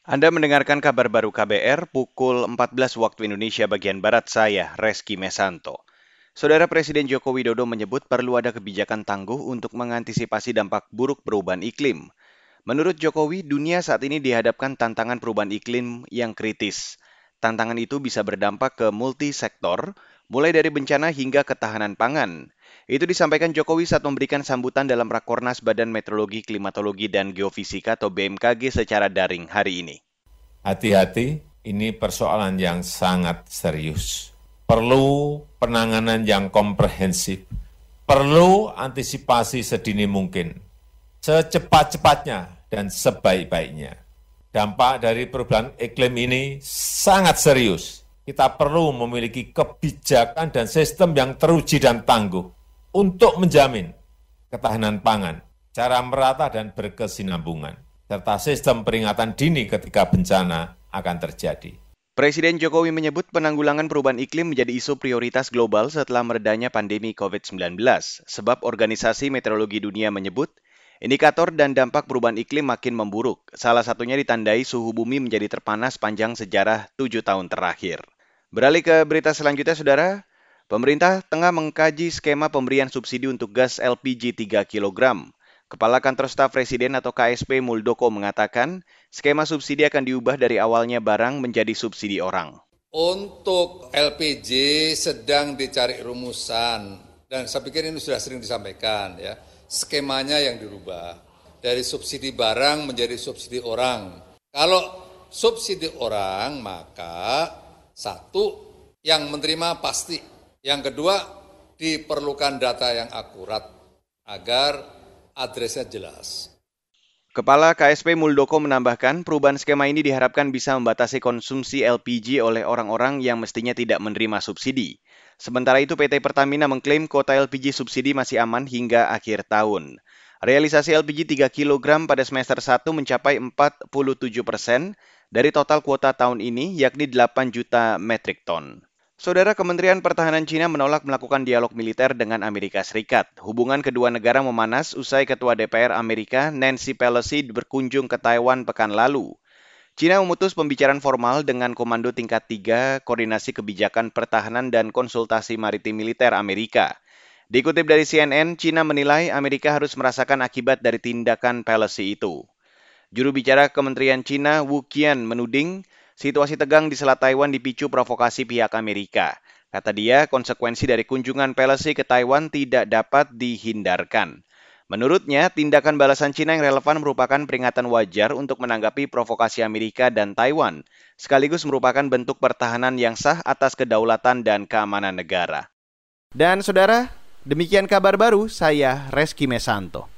Anda mendengarkan kabar baru KBR pukul 14 waktu Indonesia bagian Barat, saya Reski Mesanto. Saudara Presiden Joko Widodo menyebut perlu ada kebijakan tangguh untuk mengantisipasi dampak buruk perubahan iklim. Menurut Jokowi, dunia saat ini dihadapkan tantangan perubahan iklim yang kritis. Tantangan itu bisa berdampak ke multisektor, mulai dari bencana hingga ketahanan pangan. Itu disampaikan Jokowi saat memberikan sambutan dalam Rakornas Badan Meteorologi, Klimatologi, dan Geofisika atau BMKG secara daring hari ini. Hati-hati, ini persoalan yang sangat serius. Perlu penanganan yang komprehensif, perlu antisipasi sedini mungkin, secepat-cepatnya dan sebaik-baiknya. Dampak dari perubahan iklim ini sangat serius. Kita perlu memiliki kebijakan dan sistem yang teruji dan tangguh untuk menjamin ketahanan pangan, secara merata dan berkesinambungan, serta sistem peringatan dini ketika bencana akan terjadi. Presiden Jokowi menyebut penanggulangan perubahan iklim menjadi isu prioritas global setelah meredanya pandemi COVID-19, sebab Organisasi Meteorologi Dunia menyebut indikator dan dampak perubahan iklim makin memburuk, salah satunya ditandai suhu bumi menjadi terpanas panjang sejarah 7 tahun terakhir. Beralih ke berita selanjutnya, Saudara. Pemerintah tengah mengkaji skema pemberian subsidi untuk gas LPG 3 kg. Kepala Kantor Staf Presiden atau KSP Muldoko mengatakan, skema subsidi akan diubah dari awalnya barang menjadi subsidi orang. Untuk LPG sedang dicari rumusan, dan saya pikir ini sudah sering disampaikan ya, skemanya yang dirubah dari subsidi barang menjadi subsidi orang. Kalau subsidi orang, maka satu, yang menerima pasti. Yang kedua, diperlukan data yang akurat agar adresnya jelas. Kepala KSP Muldoko menambahkan, perubahan skema ini diharapkan bisa membatasi konsumsi LPG oleh orang-orang yang mestinya tidak menerima subsidi. Sementara itu, PT Pertamina mengklaim kuota LPG subsidi masih aman hingga akhir tahun. Realisasi LPG 3 kg pada semester 1 mencapai 47% dari total kuota tahun ini, yakni 8 juta metrik ton. Saudara, Kementerian Pertahanan Cina menolak melakukan dialog militer dengan Amerika Serikat. Hubungan kedua negara memanas usai Ketua DPR Amerika Nancy Pelosi berkunjung ke Taiwan pekan lalu. Cina memutus pembicaraan formal dengan Komando Tingkat 3 Koordinasi Kebijakan Pertahanan dan Konsultasi Maritim Militer Amerika. Dikutip dari CNN, Cina menilai Amerika harus merasakan akibat dari tindakan Pelosi itu. Juru bicara Kementerian Cina Wu Qian menuding situasi tegang di Selat Taiwan dipicu provokasi pihak Amerika. Kata dia, konsekuensi dari kunjungan Pelosi ke Taiwan tidak dapat dihindarkan. Menurutnya, tindakan balasan Cina yang relevan merupakan peringatan wajar untuk menanggapi provokasi Amerika dan Taiwan, sekaligus merupakan bentuk pertahanan yang sah atas kedaulatan dan keamanan negara. Dan saudara, demikian kabar baru, saya Reski Mesanto.